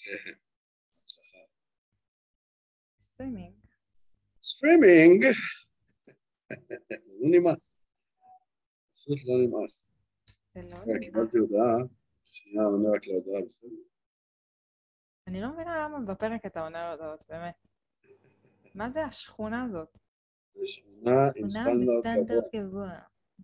סטרימינג. סטרימינג? לא נמאס. פשוט לא נמאס. זה לא נמאס. קיבלתי הודעה, שנייה, עונה רק להודעה, בסדר. אני לא מבינה למה בפרק אתה עונה להודעות, באמת. מה זה השכונה הזאת? זה שכונה עם סטנדרט גבוה.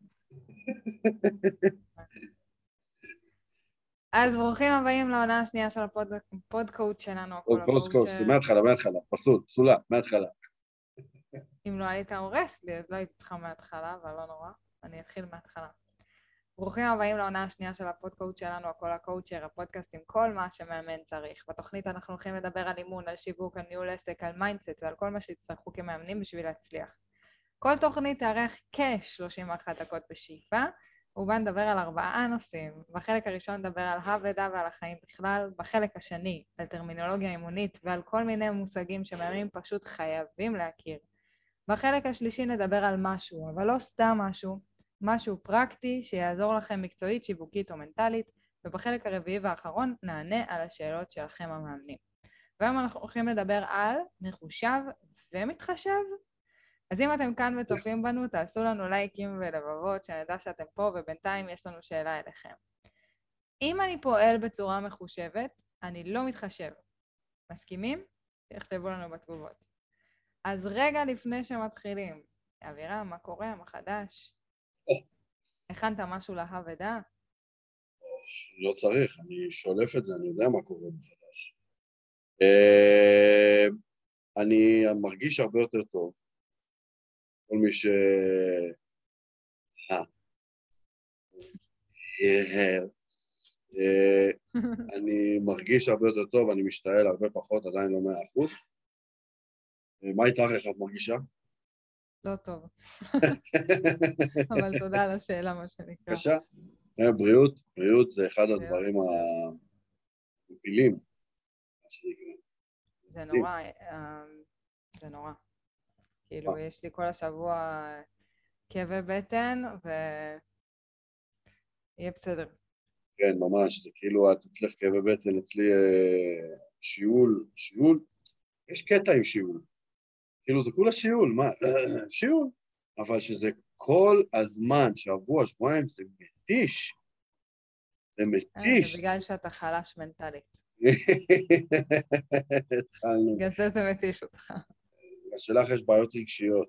אז ברוכים הבאים לעונה השנייה של הפודקאוט שלנו, הכל הקואוצ'ר. מההתחלה, פסולה, מההתחלה. אם לא היית הורס לי, אז לא הייתי צריכה מההתחלה, אבל לא נורא. אני אתחיל מההתחלה. ברוכים הבאים לעונה השנייה של הפודקאוט שלנו, הכל הקואוצ'ר, הפודקאסט עם כל מה שמאמן צריך. בתוכנית אנחנו הולכים לדבר על אימון, על שיווק, על ניהול עסק, על מיינדסט ועל כל מה שתצטרכו כמאמנים בשביל להצליח. כל תוכנית תארך כ-31 דקות בשאיפה, ובה נדבר על 4 נושאים. בחלק הראשון נדבר על הוועדה ועל החיים בכלל, בחלק השני על טרמינולוגיה אימונית ועל כל מיני מושגים שמאמנים פשוט חייבים להכיר. בחלק השלישי נדבר על משהו, אבל לא סתם משהו פרקטי שיעזור לכם מקצועית, שיווקית או מנטלית, ובחלק הרביעי והאחרון נענה על השאלות שלכם המאמנים. והיום אנחנו הולכים לדבר על מחושב ומתחשב. אז אם אתם כאן וצופים בנו, תעשו לנו לייקים ולבבות, שנדע שאתם פה, ובינתיים יש לנו שאלה אליכם. אם אני פועל בצורה מחושבת, אני לא מתחשב. מסכימים? תכתבו לנו בתגובות. אז רגע לפני שמתחילים, אבירם, מה קורה? מה חדש? הכנת משהו להוועדה? לא צריך, אני שולף את זה, אני יודע מה קורה מחדש. אני מרגיש הרבה יותר טוב. כל מי ש... אני מרגיש הרבה יותר טוב, אני משתעל הרבה פחות, עדיין לא 100%. מה איתך, איך את מרגישה? לא טוב. אבל תודה על השאלה, מה שנקרא. בבקשה. בריאות זה אחד הדברים המפילים. זה נורא, זה נורא. כאילו, יש לי כל השבוע כאבי בטן, ויהיה בסדר. כן, ממש, זה כאילו, את אצלך כאבי בטן, אצלי שיעול, יש קטע עם שיעול. כאילו, זה כולה שיעול, מה? שיעול. אבל שזה כל הזמן, שבוע, שבועיים, זה מתיש. זה מתיש. זה בגלל שאתה חלש מנטלית. התחלנו. בגלל זה מתיש אותך. השאלה יש בעיות רגשיות.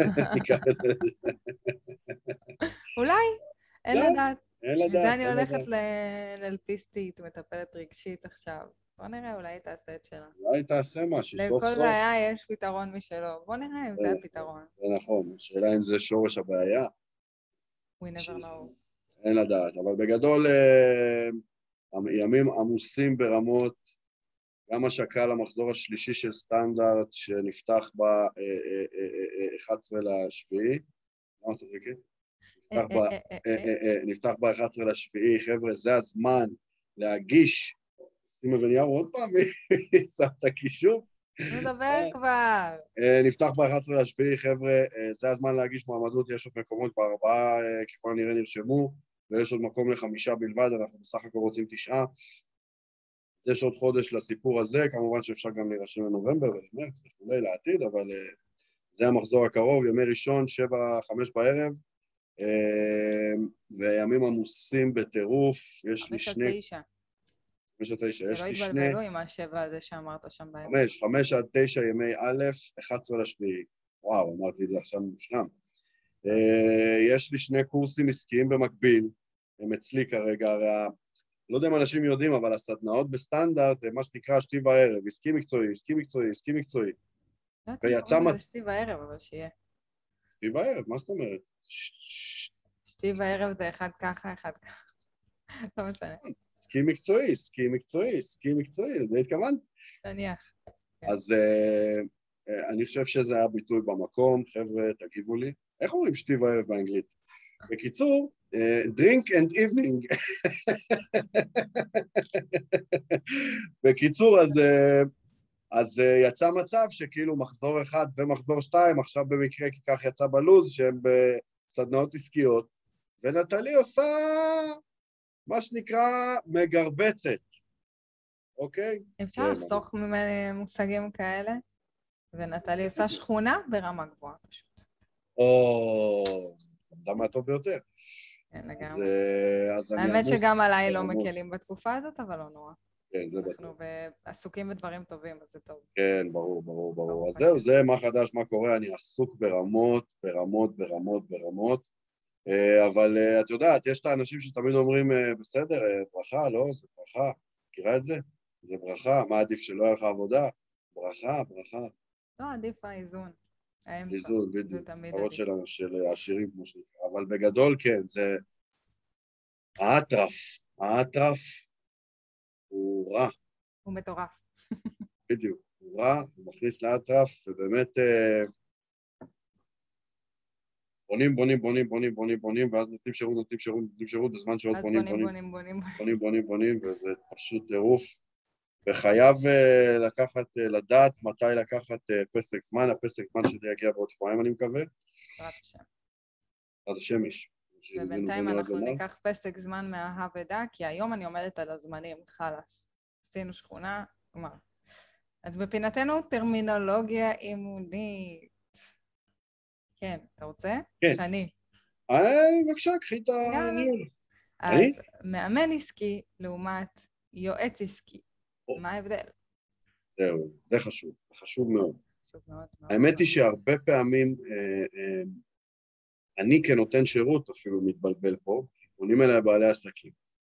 אולי, אין לדעת. אין לדעת. וזה אני הולכת לנלפיסטית, מטפלת רגשית עכשיו. בוא נראה, אולי היא תעשה את שלה. אולי תעשה משהו, סוף סוף. לכל בעיה יש פתרון משלו. בוא נראה אם זה הפתרון. זה נכון, השאלה אם זה שורש הבעיה. We never know. אין לדעת, אבל בגדול, ימים עמוסים ברמות, גם השקה למחזור השלישי של סטנדרט, שנפתח ב-11 לשביעי. מה אתה חכה? נפתח ב-11 לשביעי, חבר'ה, זה הזמן להגיש. שימי ונייר עוד פעם, שם את הקישור. נדבר כבר. נפתח ב-11 לשביעי, חבר'ה, זה הזמן להגיש מועמדות, יש עוד מקומות, כבר 4 ככל הנראה נרשמו, ויש עוד מקום ל5 בלבד, אנחנו בסך הכל רוצים 9. אז יש עוד חודש לסיפור הזה, כמובן שאפשר גם להירשם לנובמבר ולמרץ וכולי לעתיד, אבל זה המחזור הקרוב, ימי ראשון, 7-5 בערב, וימים עמוסים בטירוף, יש לי 5-9. 5-9, יש לי 2... שלא התבלבלו עם ה7 הזה שאמרת שם בערב. 5-9 ימי א', 11 לשביעי. וואו, אמרתי את זה עכשיו מושלם. יש לי 2 קורסים עסקיים במקביל, הם אצלי כרגע, הרי לא יודע אם אנשים יודעים, אבל הסדנאות בסטנדרט, מה שנקרא שתי בערב, עסקי מקצועי. לא יודעת אם זה שתי בערב, אבל שיהיה. שתי בערב, מה זאת אומרת? שתי בערב זה אחד ככה, אחד ככה. לא משנה. עסקי מקצועי, לזה התכוונת? תניח. אז אני חושב שזה היה ביטוי במקום, חבר'ה, תגיבו לי. איך אומרים שתי בערב באנגלית? בקיצור, drink and evening. בקיצור, אז יצא מצב שכאילו מחזור 1 ומחזור 2, עכשיו במקרה כי כך יצא בלוז, שהם בסדנאות עסקיות, ונטלי עושה מה שנקרא מגרבצת. אוקיי? אפשר לחסוך ממני מושגים כאלה, ונטלי עושה שכונה ברמה גבוהה פשוט. זה מהטוב ביותר. כן, לגמרי. אז אני האמת עמוס שגם עליי לא ברמות. מקלים בתקופה הזאת, אבל לא נורא. כן, זה בטוח. אנחנו עסוקים בדברים טובים, אז זה טוב. כן, ברור. אז זהו, זה מה חדש, מה קורה, אני עסוק ברמות. אבל את יודעת, יש את האנשים שתמיד אומרים, בסדר, ברכה, לא, זה ברכה, מכירה את זה? זה ברכה, מה עדיף שלא יהיה לך עבודה? ברכה. לא, עדיף האיזון. האמצע. איזון, זה בדיוק, תמיד חברות עדיף. של העשירים כמו שנקרא, אבל בגדול כן, זה האטרף הוא רע, הוא מטורף. בדיוק, הוא רע, הוא מכניס לאטרף, ובאמת בונים, ואז נותנים שירות, בזמן שעוד אז בונים, וזה פשוט טירוף. וחייב לדעת מתי לקחת פסק זמן, הפסק זמן שלי יגיע בעוד שבועיים, אני מקווה. בעזרת השם. אז השמש. ובינתיים אנחנו ניקח פסק זמן מהאהב ודע, כי היום אני עומדת על הזמנים, חלאס. עשינו שכונה, כלומר. אז בפינתנו טרמינולוגיה אימונית. כן, אתה רוצה? כן. שאני. בבקשה, קחי את הניהול. אז מאמן עסקי לעומת יועץ עסקי. מה ההבדל? זהו, זה חשוב מאוד. חשוב מאוד. האמת היא שהרבה פעמים אני כנותן שירות אפילו מתבלבל פה, פונים אליי בעלי עסקים.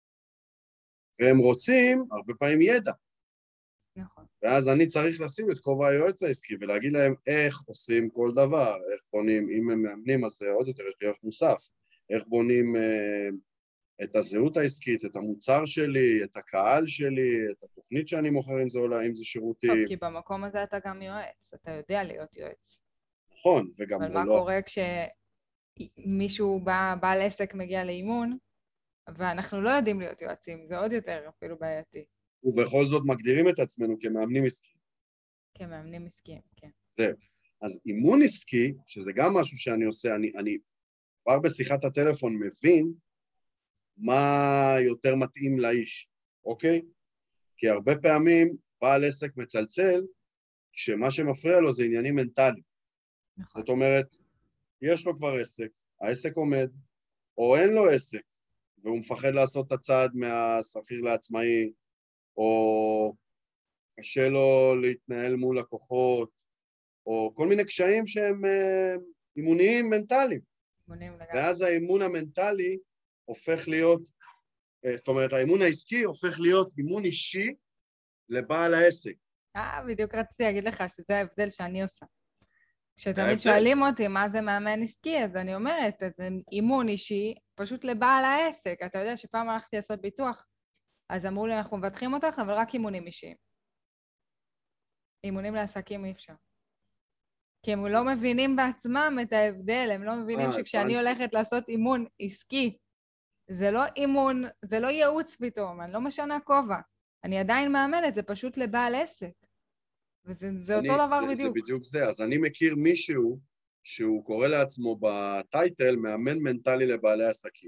והם רוצים הרבה פעמים ידע. נכון. ואז אני צריך לשים את כובע היועץ העסקי ולהגיד להם איך עושים כל דבר, איך בונים, אם הם מאמנים אז עוד יותר יש לי ערך מוסף, איך בונים את הזהות העסקית, את המוצר שלי, את הקהל שלי, את התוכנית שאני מוכר אם זה שירותים. טוב, כי במקום הזה אתה גם יועץ, אתה יודע להיות יועץ. נכון, וגם אבל מה קורה כשמישהו בעל עסק מגיע לאימון, ואנחנו לא יודעים להיות יועצים, זה עוד יותר אפילו בעייתי. ובכל זאת מגדירים את עצמנו כמאמנים עסקיים. כמאמנים עסקיים, כן. זהו. אז אימון עסקי, שזה גם משהו שאני עושה, אני כבר בשיחת הטלפון מבין מה יותר מתאים לאיש, אוקיי? כי הרבה פעמים בעל עסק מצלצל, כשמה שמפריע לו זה עניינים מנטליים. נכון. זאת אומרת, יש לו כבר עסק, העסק עומד, או אין לו עסק, והוא מפחד לעשות את הצעד מהשכיר לעצמאי, או קשה לו להתנהל מול לקוחות, או כל מיני קשיים שהם אימוניים מנטליים. ואז האימון המנטלי הופך להיות, זאת אומרת, האימון העסקי הופך להיות אימון אישי לבעל העסק. בדיוק רציתי להגיד לך שזה ההבדל שאני עושה. כשתמיד שואלים אותי מה זה מאמן עסקי, אז אני אומרת, זה אימון אישי פשוט לבעל העסק. אתה יודע שפעם הלכתי לעשות ביטוח, אז אמרו לי, אנחנו מבטחים אותך, אבל רק אימונים אישיים. אימונים לעסקים אי אפשר. כי הם לא מבינים בעצמם את ההבדל, הם לא מבינים שכשאני הולכת לעשות אימון עסקי, זה לא אימון, זה לא ייעוץ פתאום, אני לא משנה כובע. אני עדיין מאמנת, זה פשוט לבעל עסק. וזה אותו דבר בדיוק. זה בדיוק זה, אז אני מכיר מישהו שהוא קורא לעצמו בטייטל מאמן מנטלי לבעלי עסקים.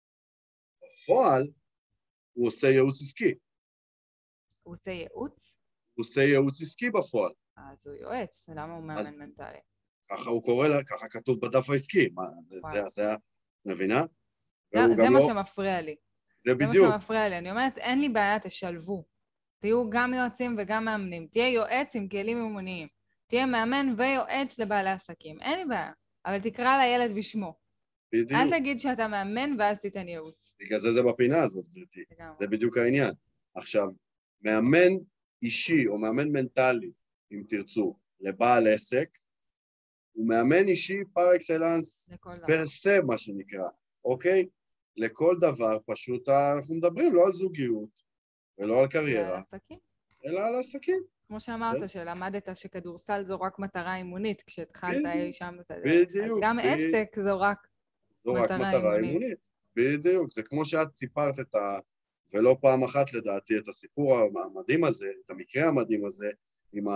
בפועל, הוא עושה ייעוץ עסקי. הוא עושה ייעוץ? הוא עושה ייעוץ עסקי בפועל. אז הוא יועץ, למה הוא מאמן מנטלי? ככה הוא קורא לה, ככה כתוב בדף העסקי. זה מבינה? זה מה שמפריע לי. זה בדיוק. זה מה שמפריע לי. אני אומרת, אין לי בעיה, תשלבו. תהיו גם יועצים וגם מאמנים. תהיה יועץ עם כלים אימוניים. תהיה מאמן ויועץ לבעלי עסקים. אין לי בעיה. אבל תקרא לילד בשמו. בדיוק. אל תגיד שאתה מאמן ואז תיתן ייעוץ. בגלל זה בפינה הזאת, גברתי. זה בדיוק העניין. עכשיו, מאמן אישי או מאמן מנטלי, אם תרצו, לבעל עסק, הוא מאמן אישי פר אקסלנס, פר סה, מה שנקרא, אוקיי? לכל דבר, פשוט אנחנו מדברים לא על זוגיות, ולא על קריירה, אלא על עסקים. כמו שאמרת, שלמדת שכדורסל זו רק מטרה אימונית, כשהתחלת אי שם את זה. בדיוק. אז גם עסק זו רק מטרה אימונית. בדיוק, זה כמו שאת סיפרת ולא פעם אחת לדעתי, את הסיפור המדהים הזה, את המקרה המדהים הזה, עם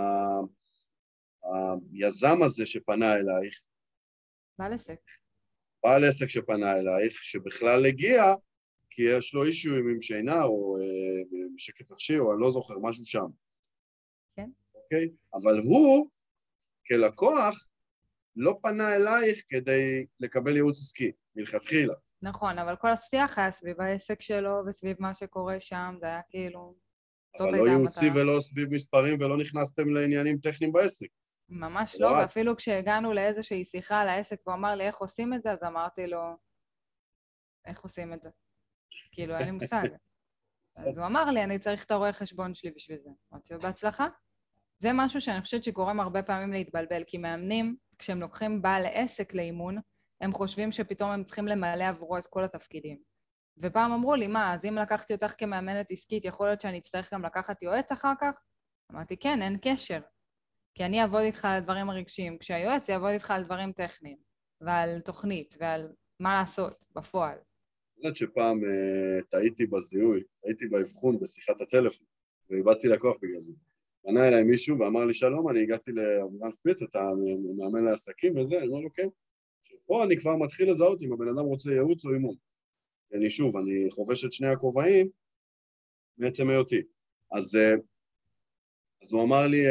היזם הזה שפנה אלייך. בעל עסק. בעל עסק שפנה אלייך, שבכלל הגיע כי יש לו אישיו עם שינה, או שקט נפשי, או אני לא זוכר, משהו שם. כן. אוקיי? אבל הוא, כלקוח, לא פנה אלייך כדי לקבל ייעוץ עסקי, מלכתחילה. נכון, אבל כל השיח היה סביב העסק שלו וסביב מה שקורה שם, זה היה כאילו... אבל לא ייעוצי ולא סביב מספרים ולא נכנסתם לעניינים טכניים בעסק. ממש לא, ואפילו כשהגענו לאיזושהי שיחה על העסק והוא אמר לי איך עושים את זה, אז אמרתי לו, איך עושים את זה? כאילו, אין לי מושג. אז הוא אמר לי, אני צריך את הרואה חשבון שלי בשביל זה. אמרתי לו, בהצלחה. זה משהו שאני חושבת שגורם הרבה פעמים להתבלבל, כי מאמנים, כשהם לוקחים בעל עסק לאימון, הם חושבים שפתאום הם צריכים למלא עבורו את כל התפקידים. ופעם אמרו לי, מה, אז אם לקחתי אותך כמאמנת עסקית, יכול להיות שאני אצטרך גם לקחת יועץ אחר כך? אמרתי, כן, אין קשר. כי אני אעבוד איתך על הדברים הרגשיים, כשהיועץ יעבוד איתך על דברים טכניים, ועל תוכנית, ועל מה לעשות בפועל. אני יודעת שפעם טעיתי בזיהוי, טעיתי באבחון בשיחת הטלפון, ואיבדתי לקוח בגלל זה. פנה אליי מישהו ואמר לי, שלום, אני הגעתי לאבירן שפיץ, אתה מאמן לעסקים וזה, אני אומר לו, כן. פה אני כבר מתחיל לזהות אם הבן אדם רוצה ייעוץ או אימון. שוב, אני חובש את שני הכובעים מעצם היותי. אז הוא אמר לי,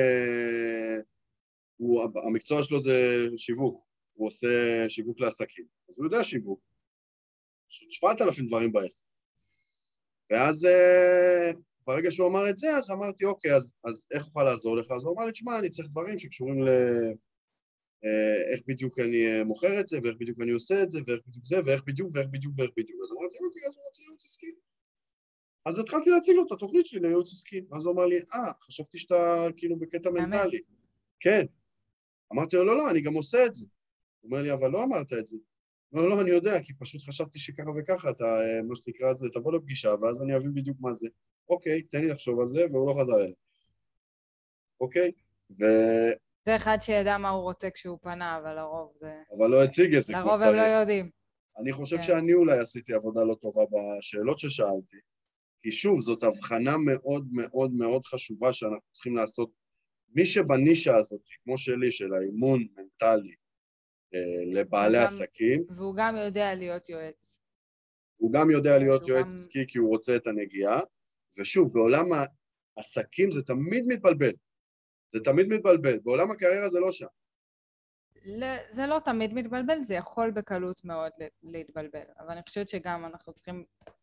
המקצוע שלו זה שיווק, הוא עושה שיווק לעסקים. אז הוא יודע שיווק. 7,000 דברים בעסק. ואז ברגע שהוא אמר את זה, אז אמרתי, אוקיי, אז איך אוכל לעזור לך? אז הוא אמר לי, תשמע, אני צריך דברים שקשורים איך בדיוק אני מוכר את זה, ואיך בדיוק אני עושה את זה, ואיך בדיוק זה, ואיך בדיוק. אז אמרתי, אוקיי, אז הוא רוצה ייעוץ עסקי. אז התחלתי להציג לו את התוכנית שלי לייעוץ עסקי. אז הוא אמר לי, חשבתי שאתה כאילו בקטע מנטלי. כן. אמרתי לו, לא, אני גם עושה את זה. הוא אומר לי, אבל לא אמרת את זה. לא, אני יודע, כי פשוט חשבתי שככה וככה, מה שנקרא זה, תבוא לפגישה, ואז אני אבין בדיוק מה זה. אוקיי, תן לי לחשוב על זה, והוא לא חזר אליי. אוקיי? זה אחד שידע מה הוא רוצה כשהוא פנה, אבל לרוב זה... אבל לא הציג את זה כמו שצריך. לרוב הם לא יודעים. אני חושב שאני אולי עשיתי עבודה לא טובה בשאלות ששאלתי, כי שוב, זאת הבחנה מאוד מאוד מאוד חשובה שאנחנו צריכים לעשות. מי שבנישה הזאת, כמו שלי, של האימון מנטלי לבעלי עסקים, והוא גם יודע להיות יועץ. הוא גם יודע להיות יועץ עסקי כי הוא רוצה את הנגיעה, ושוב, בעולם העסקים זה תמיד מתבלבל. זה תמיד מתבלבל. בעולם הקריירה זה לא שם. זה לא תמיד מתבלבל, זה יכול בקלות מאוד להתבלבל. אבל אני חושבת שגם אנחנו צריכים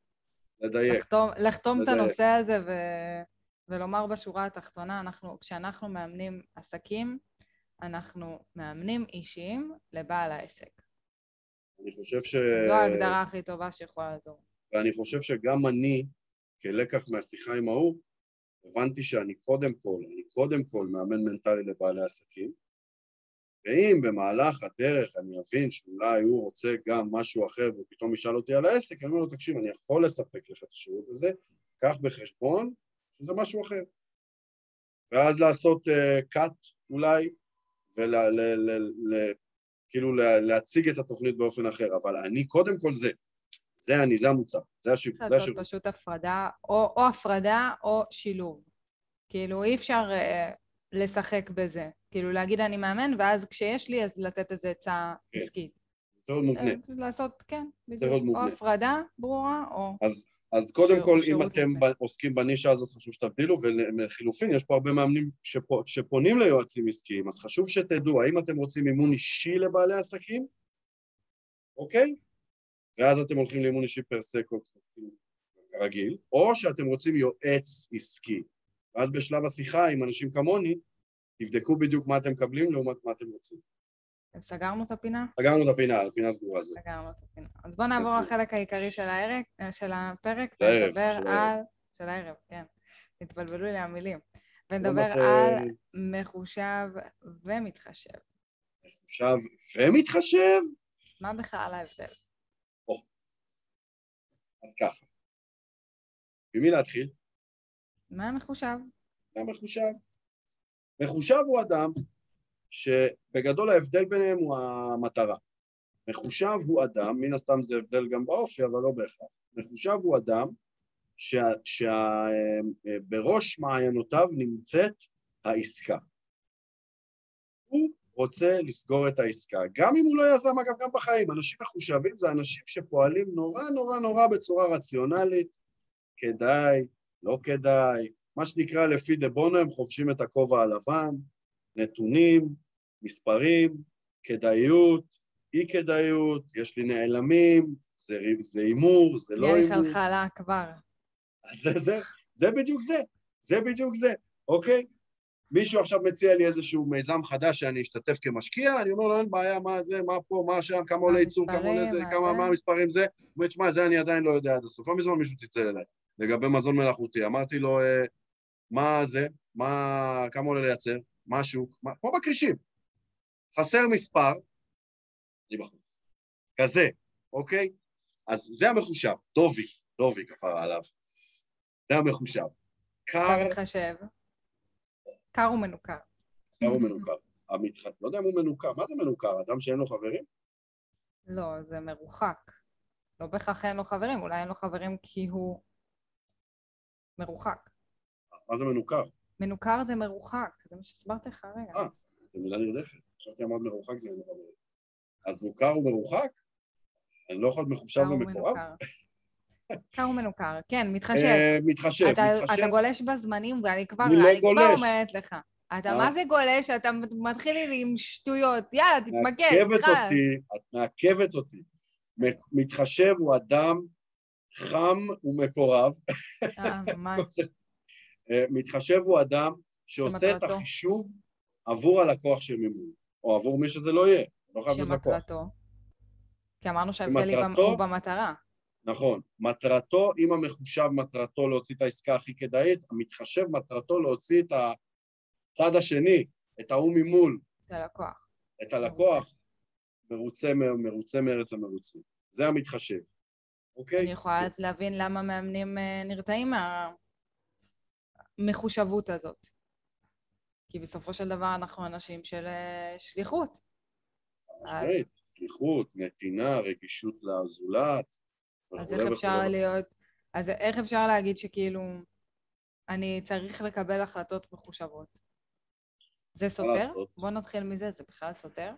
לחתום את הנושא הזה ולומר בשורה התחתונה, כשאנחנו מאמנים עסקים, אנחנו מאמנים אישיים לבעל העסק. אני חושב זו ההגדרה הכי טובה שיכולה לעזור. ואני חושב שגם אני, כלקח מהשיחה עם ההוא, הבנתי שאני קודם כל מאמן מנטלי לבעלי עסקים, ואם במהלך הדרך אני אבין שאולי הוא רוצה גם משהו אחר ופתאום ישאל אותי על העסק, אני אומר לו, תקשיב, אני יכול לספק לך את השירות הזה, קח בחשבון שזה משהו אחר. ואז לעשות קאט אולי, כאילו להציג את התוכנית באופן אחר, אבל אני קודם כל זה המוצר, זה השירות. לעשות פשוט הפרדה, או הפרדה או שילוב. כאילו אי אפשר לשחק בזה. כאילו להגיד אני מאמן, ואז כשיש לי אז לתת איזה עצה עסקית. זה צריך להיות מובנה. לעשות, כן, בדיוק. או הפרדה ברורה, או... אז קודם כל, אם אתם עוסקים בנישה הזאת, חשוב שתבדילו, ולחילופין, יש פה הרבה מאמנים שפונים ליועצים עסקיים, אז חשוב שתדעו, האם אתם רוצים אימון אישי לבעלי עסקים, אוקיי? ואז אתם הולכים לאימון אישי פרסקות, כרגיל, או שאתם רוצים יועץ עסקי. ואז בשלב השיחה עם אנשים כמוני, תבדקו בדיוק מה אתם מקבלים לעומת מה אתם רוצים. סגרנו את הפינה? סגרנו את הפינה, הפינה סגורה זה. סגרנו את הפינה. אז בואו נעבור לחלק העיקרי של הפרק, של הערב, כן. התבלבלו לי המילים. ונדבר על מחושב ומתחשב. מחושב ומתחשב? מה בכלל ההבדל? אז ככה. ממי להתחיל? מה מחושב? מחושב הוא אדם שבגדול ההבדל ביניהם הוא המטרה. מחושב הוא אדם, מן הסתם זה הבדל גם באופי, אבל לא בהכרח. מחושב הוא אדם שבראש מעיינותיו נמצאת העסקה. הוא רוצה לסגור את העסקה. גם אם הוא לא יזם, אגב, גם בחיים. אנשים מחושבים זה אנשים שפועלים נורא נורא נורא בצורה רציונלית. כדאי, לא כדאי. מה שנקרא לפי דבונו, הם חובשים את הכובע הלבן, נתונים, מספרים, כדאיות, אי כדאיות, יש לי נעלמים, זה אימור, זה לא אימור. יהיה לי חלחלה כבר. זה בדיוק זה, זה בדיוק זה, אוקיי? מישהו עכשיו מציע לי איזשהו מיזם חדש שאני אשתתף כמשקיע, אני אומר לו, אין בעיה, מה זה, מה פה, מה שם, כמה עולה ייצור, כמה עולה זה, מה המספרים זה, הוא אומר, שמה, זה אני עדיין לא יודע עד הסוף. לא מזמן מישהו ציצל אליי, לגבי מזון מלאכותי, אמרתי לו, מה זה, כמה עולה לייצר, מה השוק, כמו בקרישים, חסר מספר, אני בחוץ, כזה, אוקיי? אז זה המחושב, דובי כפרה עליו, זה המחושב. אתה מתחשב. קר ומנוכר. קר ומנוכר. לא יודע אם הוא מנוכר. מה זה מנוכר? אדם שאין לו חברים? לא, זה מרוחק. לא בכך אין לו חברים, אולי אין לו חברים כי הוא מרוחק. מה זה מנוכר? מנוכר זה מרוחק, זה מה שהסברתי לך רגע. זה מילה נרדפת. חשבתי אמרת מרוחק זה אין לו חברים. אז נוכר הוא מרוחק? אני לא יכול להיות מחושב ומקורב? קר ומנוכר, כן, מתחשב. מתחשב. אתה גולש בזמנים, ואני כבר אומרת לך. אתה מה זה גולש? אתה מתחיל לי עם שטויות. יאללה, תתמקד. את מעכבת אותי. מתחשב הוא אדם חם ומקורב. ממש. מתחשב הוא אדם שעושה את החישוב עבור הלקוח של מימון, או עבור מי שזה לא יהיה. לא חייב להיות לקוח. שמטרתו. כי אמרנו שההבדל הוא במטרה. נכון. מטרתו, אם המחושב מטרתו להוציא את העסקה הכי כדאית, המתחשב מטרתו להוציא את הצד השני, את ההוא ממול. את הלקוח. את הלקוח, מרוצה מארץ המרוצים. זה המתחשב. אוקיי? אני יכולה להבין למה מאמנים נרתעים מהמחושבות הזאת. כי בסופו של דבר אנחנו אנשים של שליחות. שליחות, נתינה, רגישות לזולת. אז איך אפשר להגיד שכאילו אני צריך לקבל החלטות מחושבות? זה סותר? בוא נתחיל מזה, זה בכלל סותר?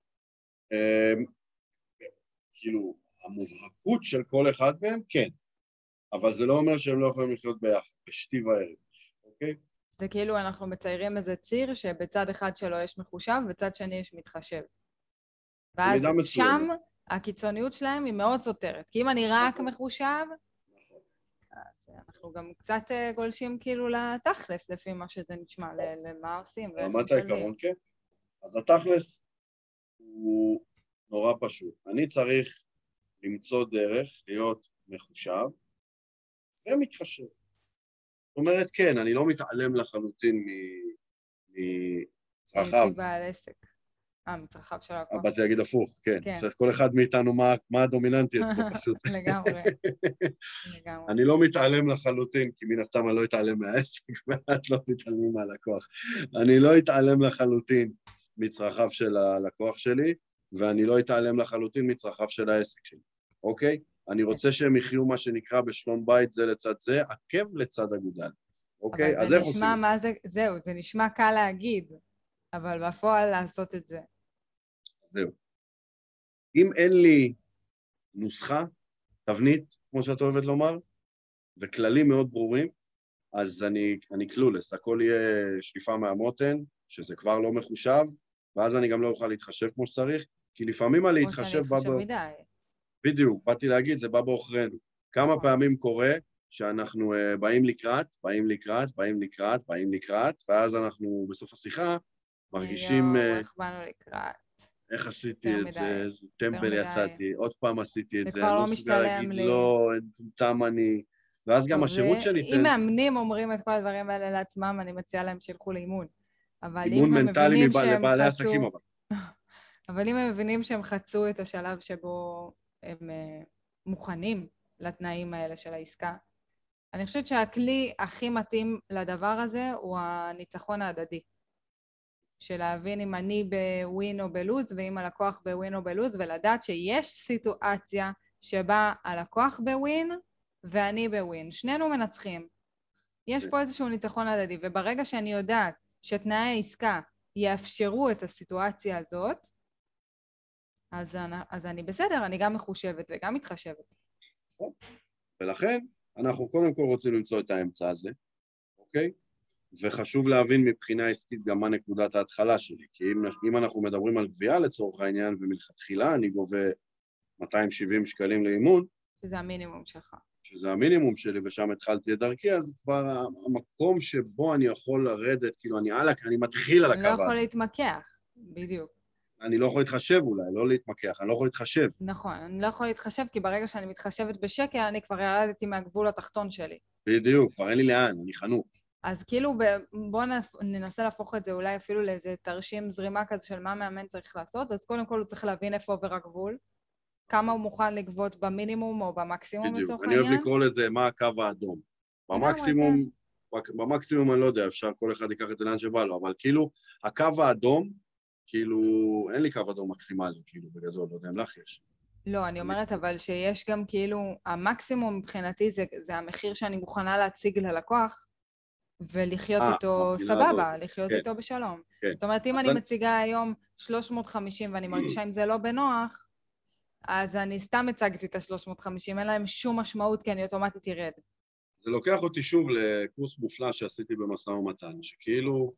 כאילו, המובהקות של כל אחד מהם, כן. אבל זה לא אומר שהם לא יכולים לחיות ביחד, בשתי וערב, אוקיי? זה כאילו אנחנו מציירים איזה ציר שבצד אחד שלו יש מחושב, ובצד שני יש מתחשב. ואז שם הקיצוניות שלהם היא מאוד סותרת. כי אם אני רק מחושב, אז אנחנו גם קצת גולשים כאילו לתכלס, לפי מה שזה נשמע, למה עושים ואיך משלמים. העיקרון, כן. אז התכלס הוא נורא פשוט. אני צריך למצוא דרך להיות מחושב, זה מתחשב. זאת אומרת, כן, אני לא מתעלם לחלוטין מצרכיו. הייתי בעל עסק. מצרכיו של הכל. באתי להגיד הפוך, כן. כל אחד מאיתנו מה הדומיננטי אצלו פשוט. לגמרי. אני לא מתעלם לחלוטין, כי מן הסתם אני לא אתעלם מהעסק, ואת לא תתעלמי מהלקוח. אני לא אתעלם לחלוטין מצרכיו של הלקוח שלי, ואני לא אתעלם לחלוטין מצרכיו של העסק שלי, אוקיי? אני רוצה שהם יחיו מה שנקרא בשלום בית זה לצד זה, עקב לצד אגודל, אוקיי? אז איך עושים? זהו, זה נשמע קל להגיד, אבל בפועל לעשות את זה. זהו. אם אין לי נוסחה, תבנית, כמו שאת אוהבת לומר, וכללים מאוד ברורים, אז אני קלולס, הכל יהיה שליפה מהמותן, שזה כבר לא מחושב, ואז אני גם לא אוכל להתחשב כמו שצריך, כי לפעמים על להתחשב בא כמו שאני אתחשב מדי. בדיוק, באתי להגיד, זה בא באוכרנו. כמה פעמים קורה שאנחנו באים לקראת, ואז אנחנו בסוף השיחה מרגישים... איך באנו לקראת? איך עשיתי את זה, איזה טמבל יצאתי, עוד פעם עשיתי את זה, אני לא משתלם לי. לא, תם אני, ואז גם השירות שניתן... אם מאמנים אומרים את כל הדברים האלה לעצמם, אני מציעה להם שילכו לאימון. אימון מנטלי לבעלי עסקים אבל. אבל אם הם מבינים שהם חצו את השלב שבו הם מוכנים לתנאים האלה של העסקה, אני חושבת שהכלי הכי מתאים לדבר הזה הוא הניצחון ההדדי. של להבין אם אני בווין או בלוז, ואם הלקוח בווין או בלוז, ולדעת שיש סיטואציה שבה הלקוח בווין ואני בווין. שנינו מנצחים. יש פה איזשהו ניצחון הדדי, וברגע שאני יודעת שתנאי העסקה יאפשרו את הסיטואציה הזאת, אז אני בסדר, אני גם מחושבת וגם מתחשבת. ולכן אנחנו קודם כל רוצים למצוא את האמצע הזה, אוקיי? וחשוב להבין מבחינה עסקית גם מה נקודת ההתחלה שלי, כי אם אנחנו מדברים על גבייה לצורך העניין, ומלכתחילה אני גובה 270 שקלים לאימון, שזה המינימום שלך. שזה המינימום שלי, ושם התחלתי את דרכי, אז כבר המקום שבו אני יכול לרדת, כאילו אני מתחיל על הקו. אני לא יכול להתמקח, בדיוק. אני לא יכול להתחשב אולי, לא להתמקח, אני לא יכול להתחשב. נכון, אני לא יכול להתחשב, כי ברגע שאני מתחשבת בשקל, אני כבר ירדתי מהגבול התחתון שלי. בדיוק, כבר אין לי לאן, אני חנוק. אז כאילו, בואו ננסה להפוך את זה אולי אפילו לאיזה תרשים זרימה כזה של מה מאמן צריך לעשות, אז קודם כל הוא צריך להבין איפה עובר הגבול, כמה הוא מוכן לגבות במינימום או במקסימום לצורך העניין. אני אוהב לקרוא לזה מה הקו האדום. במקסימום אני לא יודע, אפשר כל אחד ייקח את זה לאן שבא לו, אבל כאילו, הקו האדום, כאילו, אין לי קו אדום מקסימלי, כאילו, בגדול, לא יודע אם לך יש. לא, אני אומרת אבל שיש גם כאילו, המקסימום מבחינתי זה המחיר שאני מוכנה להציג ללקוח, ולחיות איתו סבבה, לחיות איתו בשלום. זאת אומרת, אם אני מציגה היום 350 ואני מרגישה אם זה לא בנוח, אז אני סתם הצגתי את ה-350, אין להם שום משמעות, כי אני אוטומטית ירד. זה לוקח אותי שוב לקורס מופלא שעשיתי במשא ומתן, שכאילו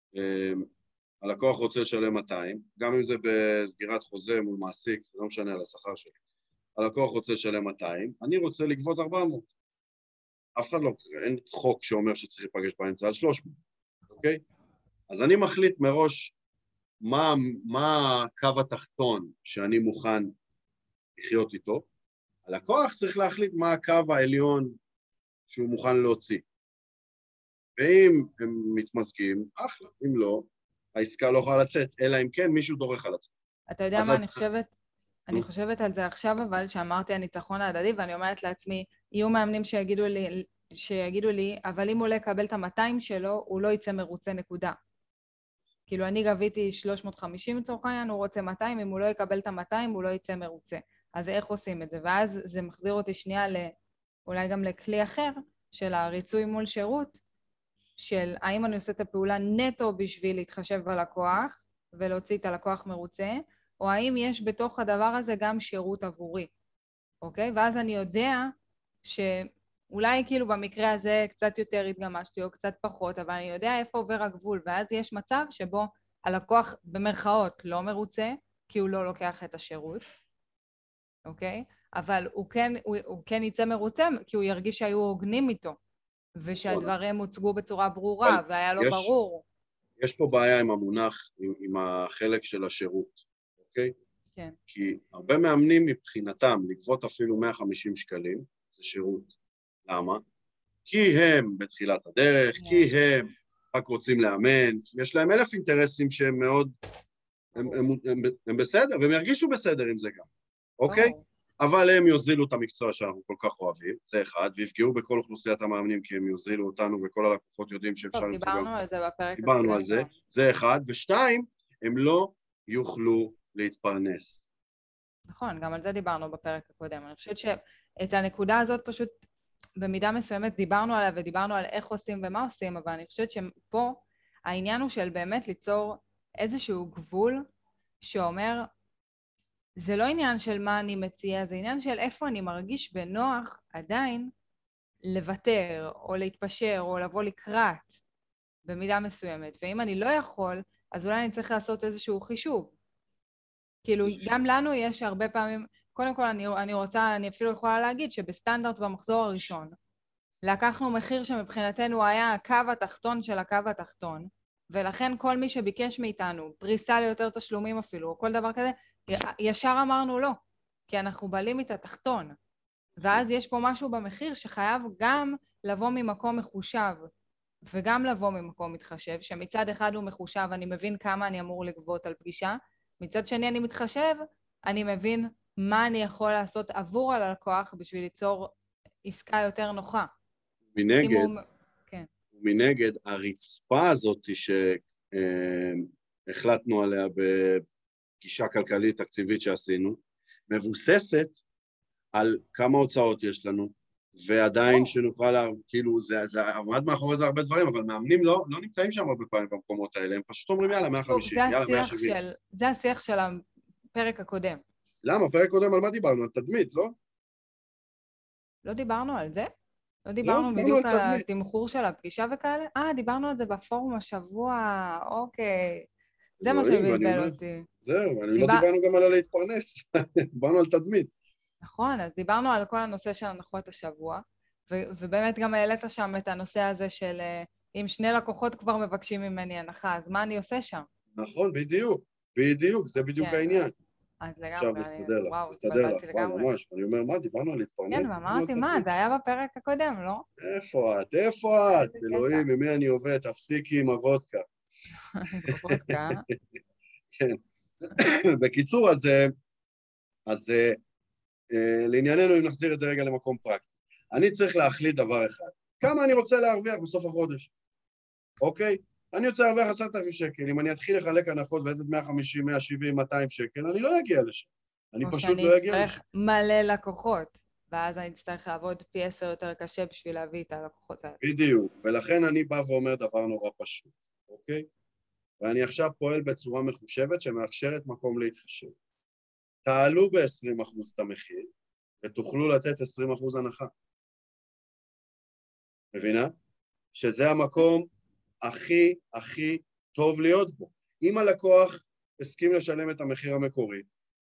הלקוח רוצה לשלם 200, גם אם זה בסגירת חוזה מול מעסיק, זה לא משנה על השכר שלי. הלקוח רוצה לשלם 200, אני רוצה לגבות 400. אף אחד לא, אין חוק שאומר שצריך להיפגש באמצע על 300, אוקיי? אז אני מחליט מראש מה הקו התחתון שאני מוכן לחיות איתו. הלקוח צריך להחליט מה הקו העליון שהוא מוכן להוציא. ואם הם מתמזגים, אחלה, אם לא, העסקה לא יכולה לצאת, אלא אם כן מישהו דורך על עצמו. אתה יודע מה אני חושבת? אני חושבת על זה עכשיו, אבל שאמרתי הניצחון ההדדי, ואני אומרת לעצמי, יהיו מאמנים שיגידו לי, אבל אם הוא לא יקבל את ה-200 שלו, הוא לא יצא מרוצה נקודה. כאילו, אני גביתי 350 לצורך העניין, הוא רוצה 200, אם הוא לא יקבל את ה-200, הוא לא יצא מרוצה. אז איך עושים את זה? ואז זה מחזיר אותי שנייה אולי גם לכלי אחר, של הריצוי מול שירות, של האם אני עושה את הפעולה נטו בשביל להתחשב בלקוח, ולהוציא את הלקוח מרוצה, או האם יש בתוך הדבר הזה גם שירות עבורי, אוקיי? ואז אני יודע שאולי כאילו במקרה הזה קצת יותר התגמשתי או קצת פחות, אבל אני יודע איפה עובר הגבול, ואז יש מצב שבו הלקוח במרכאות לא מרוצה, כי הוא לא לוקח את השירות, אוקיי? אבל הוא כן יצא מרוצה, כי הוא ירגיש שהיו הוגנים איתו, ושהדברים הוצגו בצורה ברורה, והיה לו ברור. יש פה בעיה עם המונח, עם החלק של השירות, אוקיי? כן. כי הרבה מאמנים מבחינתם, לגבות אפילו 150 שקלים, זה שירות. למה? כי הם בתחילת הדרך, כי הם רק רוצים לאמן, יש להם 1,000 אינטרסים שהם מאוד, הם בסדר, והם ירגישו בסדר עם זה גם, אוקיי? אבל הם יוזילו את המקצוע שאנחנו כל כך אוהבים, זה אחד, ויפגעו בכל אוכלוסיית המאמנים, כי הם יוזילו אותנו וכל הלקוחות יודעים שאפשר... טוב, דיברנו על זה בפרק. דיברנו על זה, זה אחד, ושתיים, הם לא יוכלו להתפרנס. נכון, גם על זה דיברנו בפרק הקודם. אני חושבת שאת הנקודה הזאת פשוט במידה מסוימת דיברנו עליה ודיברנו על איך עושים ומה עושים, אבל אני חושבת שפה העניין הוא של באמת ליצור איזשהו גבול שאומר, זה לא עניין של מה אני מציע, זה עניין של איפה אני מרגיש בנוח עדיין לוותר או להתפשר או לבוא לקראת במידה מסוימת. ואם אני לא יכול, אז אולי אני צריך לעשות איזשהו חישוב. כאילו, גם לנו יש הרבה פעמים, קודם כל אני אפילו יכולה להגיד שבסטנדרט במחזור הראשון, לקחנו מחיר שמבחינתנו היה הקו התחתון של הקו התחתון, ולכן כל מי שביקש מאיתנו פריסה ליותר תשלומים אפילו, או כל דבר כזה, ישר אמרנו לא, כי אנחנו בלימיט התחתון. ואז יש פה משהו במחיר שחייב גם לבוא ממקום מחושב, וגם לבוא ממקום מתחשב, שמצד אחד הוא מחושב, אני מבין כמה אני אמור לגבות על פגישה, מצד שני אני מתחשב, אני מבין מה אני יכול לעשות עבור הלקוח בשביל ליצור עסקה יותר נוחה. מנגד, הרצפה הזאת שהחלטנו עליה בפגישה כלכלית תקציבית שעשינו, מבוססת על כמה הוצאות יש לנו, ועדיין שנוכל, כאילו, זה עמד מאחורי זה הרבה דברים, אבל מאמנים לא נמצאים שם הרבה פעמים במקומות האלה, הם פשוט אומרים יאללה 150, יאללה 170. זה השיח של הפרק הקודם. למה? פרק קודם על מה דיברנו? על תדמית, לא? לא דיברנו על זה? לא לא, דיברנו דיברנו בדיוק על על תדמית. התמחור של הפגישה וכאלה? דיברנו על זה בפורום השבוע, אוקיי. זה מה אלוהים, ואני שבלבל אומר, אותי. זהו, לא דיברנו גם על להתפרנס, דיברנו על תדמית. נכון, אז דיברנו על כל הנושא של הנחות השבוע, ובאמת גם העלית שם את הנושא הזה של אם שני לקוחות כבר מבקשים ממני הנחה, אז מה אני עושה שם? נכון, בדיוק, זה בדיוק העניין. אז עכשיו, לגמרי, מסתדר התבלבלתי לך, לגמרי. ממש. אני אומר, מה, דיברנו על להתפרנס? כן, ואמרתי, מה, זה היה בפרק הקודם, לא? איפה את? איזה קטע. אלוהים, ממי אני עובד? תפסיקי עם הוודקה. וודקה. כן. בקיצור, אז לענייננו, אם נחזיר את זה רגע למקום פרקטי. אני צריך להחליט דבר אחד. כמה אני רוצה להרוויח בסוף החודש? אוקיי? אני רוצה להרוויח 10,000 שקל. אם אני אתחיל לחלק הנחות ואיזה 150, 170, 200 שקל, אני לא אגיע לשם. אני פשוט לא אגיע לשם. או שאני אצטרך מלא לקוחות, ואז אני אצטרך לעבוד פי 10 יותר קשה בשביל להביא את הלקוחות האלה. בדיוק, ולכן אני בא ואומר דבר נורא פשוט, אוקיי? ואני עכשיו פועל בצורה מחושבת שמאפשרת מקום להתחשב. תעלו ב-20% את המחיר, ותוכלו לתת 20% הנחה. מבינה? שזה המקום הכי טוב להיות בו. אם הלקוח הסכים לשלם את המחיר המקורי,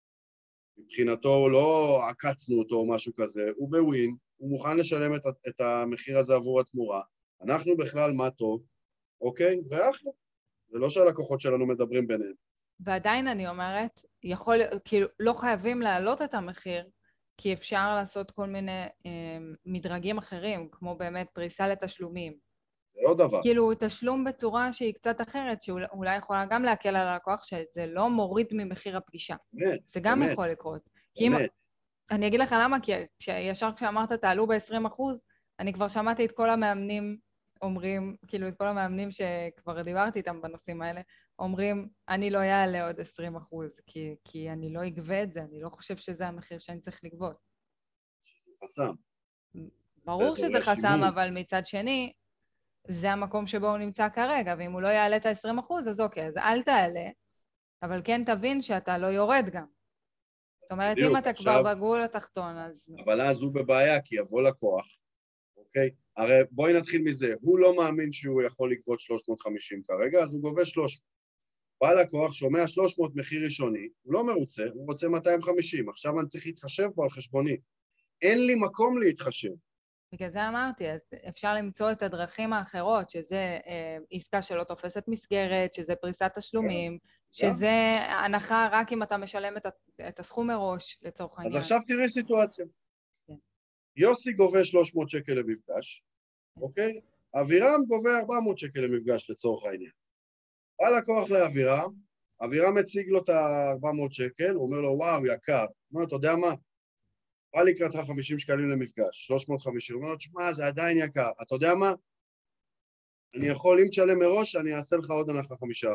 מבחינתו לא עקצנו אותו או משהו כזה, הוא בווין, הוא מוכן לשלם את המחיר הזה עבור התמורה, אנחנו בכלל מה טוב, אוקיי? ואחלה. זה לא שהלקוחות שלנו מדברים ביניהם. ועדיין אני אומרת, כאילו, לא חייבים להעלות את המחיר, כי אפשר לעשות כל מיני מדרגים אחרים, כמו באמת פריסה לתשלומים. זה עוד דבר. כאילו, תשלום בצורה שהיא קצת אחרת, שאולי יכולה גם להקל על הלקוח, שזה לא מוריד ממחיר הפגישה. באמת, זה גם באמת, יכול לקרות. באמת. אני אגיד לך למה, כי ישר כשאמרת תעלו ב-20%, אני כבר שמעתי את כל המאמנים אומרים, כאילו את כל המאמנים שכבר דיברתי איתם בנושאים האלה, אומרים, אני לא אעלה עוד 20%, כי אני לא אגבה את זה, אני לא חושב שזה המחיר שאני צריך לגבות. זה חסם. ברור זה שזה דורש חסם, אימון. אבל מצד שני, זה המקום שבו הוא נמצא כרגע, ואם הוא לא יעלה את ה-20%, אז אוקיי, אז אל תעלה, אבל כן תבין שאתה לא יורד גם. זאת אומרת, בדיוק, אם אתה עכשיו, כבר בגבול התחתון, אז... אבל אז הוא בבעיה, כי יבוא לקוח, אוקיי? הרי בואי נתחיל מזה, הוא לא מאמין שהוא יכול לגבות 350 כרגע, אז הוא גובה 300. בא לקוח, שומע 300 מחיר ראשוני, הוא לא מרוצה, הוא רוצה 250, עכשיו אני צריך להתחשב בו על חשבוני. אין לי מקום להתחשב. בגלל זה אמרתי, אז אפשר למצוא את הדרכים האחרות, שזה עסקה שלא תופסת מסגרת, שזה פריסת תשלומים, שזה הנחה רק אם אתה משלם את הסכום מראש, לצורך העניין. אז עכשיו תראי סיטואציה. כן. יוסי גובה 300 שקל למפגש, אוקיי? אבירם גובה 400 שקל למפגש לצורך העניין. בא לקוח לאבירם, אבירם מציג לו את ה-400 שקל, הוא אומר לו, וואו, יקר. הוא אומר לו, אתה יודע מה? בא לקראתך 50 שקלים למפגש, 350. הוא אומר לו, תשמע, זה עדיין יקר. אתה יודע מה? אני יכול, אם תשלם מראש, אני אעשה לך עוד הנחה 5%.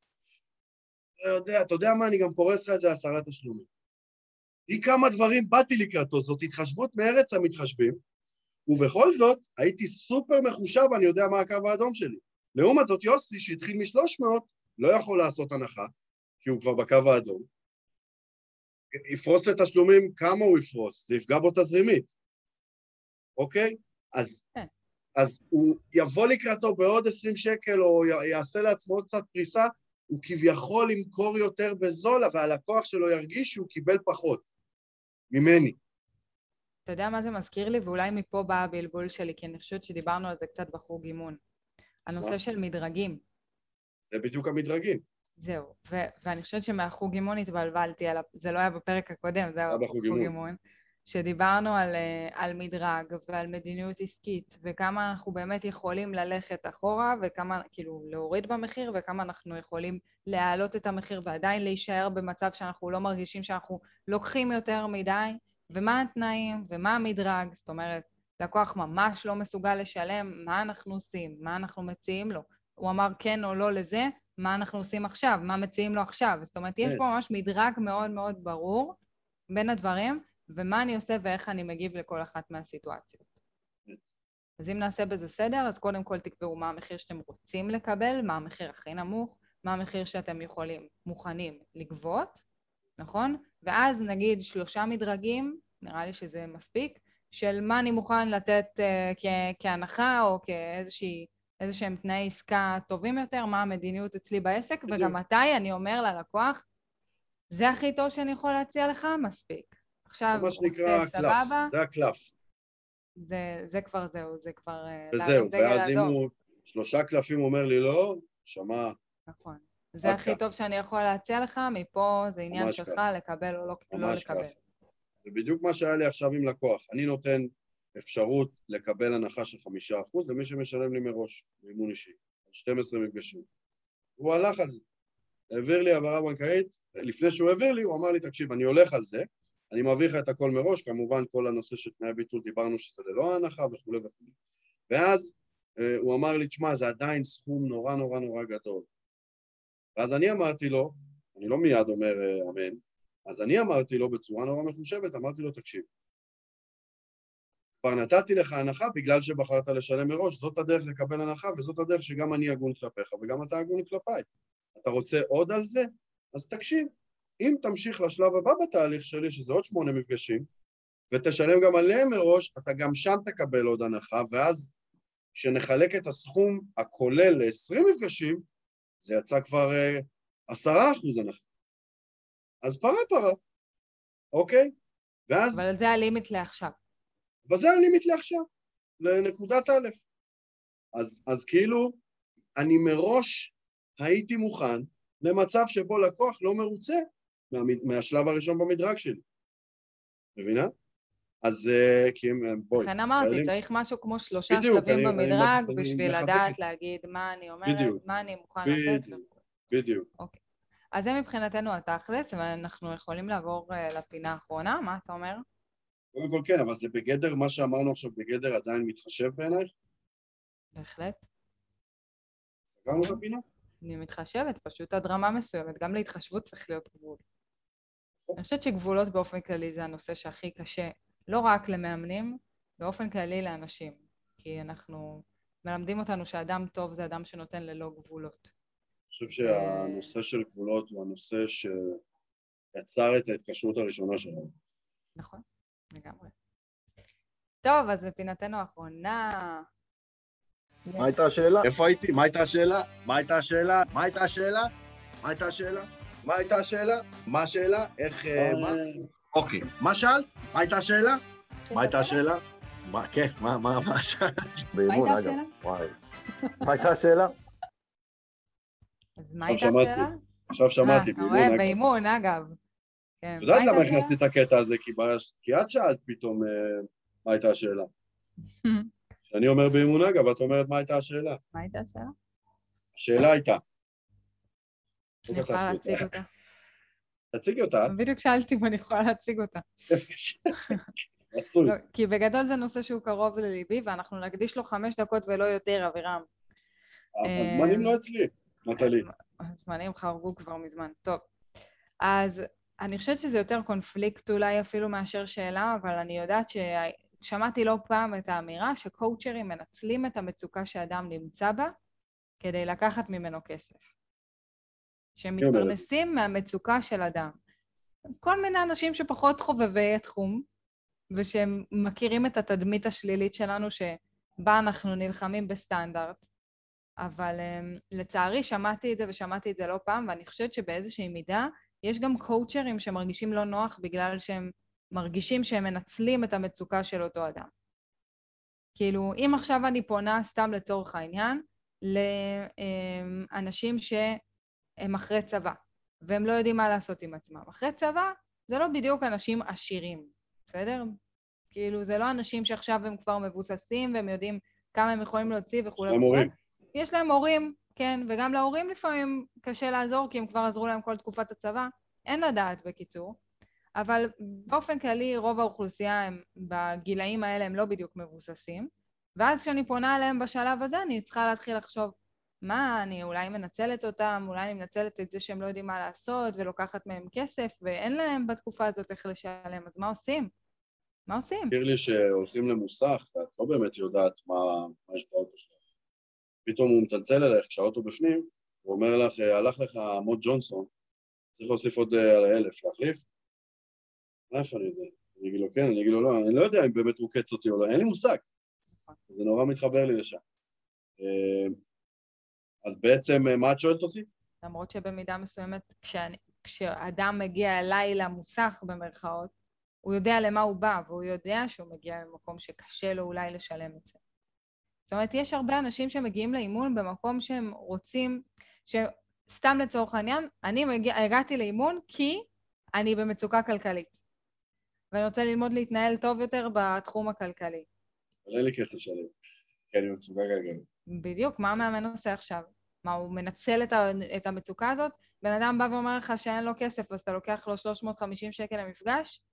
אתה יודע מה? אני גם פורס לך את זה 10 תשלומים. היא כמה דברים באתי לקראתו, זאת התחשבות מארץ המתחשבים, ובכל זאת, הייתי סופר מחושב, אני יודע מה הקו האדום שלי. לעומת זאת, יוסי, שהתחיל מ-300, לא יכול לעשות הנחה, כי הוא כבר בקו האדום. יפרוס לתשלומים, כמה הוא יפרוס? זה יפגע בו תזרימית. אוקיי? אז הוא יבוא לקראתו בעוד 20 שקל, או יעשה לעצמו עוד קצת פריסה, הוא כביכול ימכור יותר בזול, אבל הלקוח שלו ירגיש שהוא קיבל פחות ממני. אתה יודע מה זה מזכיר לי? ואולי מפה בא הבלבול שלי, כי אני חושבת שדיברנו על זה קצת בחוג אימון. הנושא של מדרגים. זה בדיוק המדרגים. זהו, ואני חושבת שמהחוג אימון התבלבלתי, זה לא היה בפרק הקודם, זה היה בחוג אימון, שדיברנו על מדרג ועל מדיניות עסקית, וכמה אנחנו באמת יכולים ללכת אחורה, וכמה, כאילו, להוריד במחיר, וכמה אנחנו יכולים להעלות את המחיר, ועדיין להישאר במצב שאנחנו לא מרגישים שאנחנו לוקחים יותר מדי, ומה התנאים, ומה המדרג, זאת אומרת, לקוח ממש לא מסוגל לשלם, מה אנחנו עושים, מה אנחנו מציעים לו. הוא אמר כן או לא לזה, מה אנחנו עושים עכשיו, מה מציעים לו עכשיו. זאת אומרת, יש פה ממש מדרג מאוד מאוד ברור בין הדברים, ומה אני עושה ואיך אני מגיב לכל אחת מהסיטואציות. אז אם נעשה בזה סדר, אז קודם כל תקבעו מה המחיר שאתם רוצים לקבל, מה המחיר הכי נמוך, מה המחיר שאתם מוכנים לגבות, נכון? ואז נגיד 3 מדרגים, נראה לי שזה מספיק, של מה אני מוכן לתת כהנחה או כאיזשהם תנאי עסקה טובים יותר, מה המדיניות אצלי בעסק, וגם מתי אני אומר ללקוח, זה הכי טוב שאני יכול להציע לך, מספיק. עכשיו, מה שנקרא קלף, סבבה? זה הקלף. זה כבר זהו, זה כבר וזהו, להרים דגל ואז אם אדום. הוא 3 קלפים אומר לי לא, שמע, נכון. זה עד הכי כאן. טוב שאני יכול להציע לך, מפה זה עניין ממש שלך ככה, לקבל או לא ממש לקבל. ככה. זה בדיוק מה שהיה לי עכשיו עם לקוח. אני נותן אפשרות לקבל הנחה של 5% למי שמשלם לי מראש, באימון אישי, על 12 מפגשים. הוא הלך על זה. העביר לי העברה בנקאית, לפני שהוא העביר לי, הוא אמר לי, תקשיב, אני הולך על זה, אני מעביר לך את הכל מראש, כמובן כל הנושא של תנאי ביטול דיברנו שזה ללא ההנחה וכו' וכו'. ואז הוא אמר לי, תשמע, זה עדיין סכום נורא נורא נורא גדול. ואז אני אמרתי לו, אני לא מיד אומר אמן, אז אני אמרתי לו בצורה נורא מחושבת, אמרתי לו, תקשיב, כבר נתתי לך הנחה בגלל שבחרת לשלם מראש, זאת הדרך לקבל הנחה וזאת הדרך שגם אני אגון כלפיך וגם אתה אגון כלפיי. אתה רוצה עוד על זה? אז תקשיב, אם תמשיך לשלב הבא בתהליך שלי, שזה עוד 8 מפגשים, ותשלם גם עליהם מראש, אתה גם שם תקבל עוד הנחה, ואז כשנחלק את הסכום הכולל ל-20 מפגשים, זה יצא כבר 10% הנחה. אז פרה, אוקיי? ואז... אבל זה הלימיט לעכשיו. וזה הלימיט לעכשיו, לנקודת א'. אז כאילו, אני מראש הייתי מוכן למצב שבו לקוח לא מרוצה מהשלב הראשון במדרג שלי. מבינה? אז כי הם, בואי. לכן אמרתי, צריך משהו כמו 3 בדיוק, שלבים במדרג אני בשביל מחזק לדעת את זה. להגיד מה אני אומרת, בדיוק, מה אני מוכן לתת. בדיוק. אוקיי. אז זה מבחינתנו התכלס, ואנחנו יכולים לעבור לפינה האחרונה, מה אתה אומר? קודם כל כן, אבל זה בגדר, מה שאמרנו עכשיו בגדר עדיין מתחשב בעינייך? בהחלט. סגרנו את הפינה? אני מתחשבת, פשוט עד רמה מסוימת, גם להתחשבות צריך להיות גבול. אני חושבת שגבולות באופן כללי זה הנושא שהכי קשה, לא רק למאמנים, באופן כללי לאנשים, כי אנחנו מלמדים אותנו שאדם טוב זה אדם שנותן ללא גבולות. אני חושב שהנושא של גבולות הוא הנושא שיצר את ההתקשרות הראשונה שלנו. נכון, לגמרי. טוב, אז בפינתנו האחרונה... מה הייתה השאלה? איפה הייתי? מה הייתה השאלה? מה הייתה השאלה? מה הייתה השאלה? מה הייתה השאלה? מה הייתה השאלה? מה השאלה? איך... מה? אוקיי. מה שאלת? מה הייתה השאלה? מה הייתה השאלה? כן, מה השאלה? באימון, אגב. וואי. מה הייתה השאלה? אז מה הייתה השאלה? עכשיו שמעתי, באימון, אגב. באימון, אגב. את יודעת למה הכנסתי את הקטע הזה? כי את שאלת פתאום מה הייתה השאלה. אני אומר באימון, אגב, ואת אומרת מה הייתה השאלה. מה הייתה השאלה? השאלה הייתה. אני יכולה להציג אותה. תציגי אותה. בדיוק שאלתי אם אני יכולה להציג אותה. כי בגדול זה נושא שהוא קרוב לליבי, ואנחנו נקדיש לו 5 דקות ולא יותר, אבירם. הזמנים לא אצלי, נטלי. הזמנים חרגו כבר מזמן. טוב. אז אני חושבת שזה יותר קונפליקט אולי אפילו מאשר שאלה, אבל אני יודעת ששמעתי לא פעם את האמירה שקואוצ'רים מנצלים את המצוקה שאדם נמצא בה כדי לקחת ממנו כסף. שהם מתפרנסים מהמצוקה של אדם. כל מיני אנשים שפחות חובבי התחום, ושהם מכירים את התדמית השלילית שלנו שבה אנחנו נלחמים בסטנדרט, אבל לצערי שמעתי את זה ושמעתי את זה לא פעם, ואני חושבת שבאיזושהי מידה יש גם קואוצ'רים שמרגישים לא נוח בגלל שהם מרגישים שהם מנצלים את המצוקה של אותו אדם. כאילו, אם עכשיו אני פונה סתם לצורך העניין, לאנשים שהם אחרי צבא, והם לא יודעים מה לעשות עם עצמם. אחרי צבא זה לא בדיוק אנשים עשירים, בסדר? כאילו, זה לא אנשים שעכשיו הם כבר מבוססים והם יודעים כמה הם יכולים להוציא וכו' וכו'. יש להם הורים, כן, וגם להורים לפעמים קשה לעזור, כי הם כבר עזרו להם כל תקופת הצבא. אין לדעת בקיצור. אבל באופן כללי, רוב האוכלוסייה הם בגילאים האלה הם לא בדיוק מבוססים. ואז כשאני פונה אליהם בשלב הזה, אני צריכה להתחיל לחשוב, מה, אני אולי מנצלת אותם, אולי אני מנצלת את זה שהם לא יודעים מה לעשות, ולוקחת מהם כסף, ואין להם בתקופה הזאת איך לשלם, אז מה עושים? מה עושים? הזכיר לי שהולכים למוסך, ואת לא באמת יודעת מה יש באוטו שלך. פתאום הוא מצלצל אליך, כשהאוטו בפנים, הוא אומר לך, הלך לך מוט ג'ונסון, צריך להוסיף עוד 1,000 להחליף? איפה אני יודע? אני אגיד לו כן, אני אגיד לו לא, אני לא יודע אם באמת הוא קץ אותי או לא, אין לי מושג. זה נורא מתחבר לי לשם. אז בעצם, מה את שואלת אותי? למרות שבמידה מסוימת, כשאדם מגיע אליי למוסך במרכאות, הוא יודע למה הוא בא, והוא יודע שהוא מגיע ממקום שקשה לו אולי לשלם את זה. זאת אומרת, יש הרבה אנשים שמגיעים לאימון במקום שהם רוצים, סתם לצורך העניין, הגעתי לאימון כי אני במצוקה כלכלית, ואני רוצה ללמוד להתנהל טוב יותר בתחום הכלכלי. אבל אין לי כסף שלם, כי אני מצוקה כלכלית. בדיוק, מה המאמן עושה עכשיו? מה, הוא מנצל את המצוקה הזאת? בן אדם בא ואומר לך שאין לו כסף, אז אתה לוקח לו 350 שקל למפגש?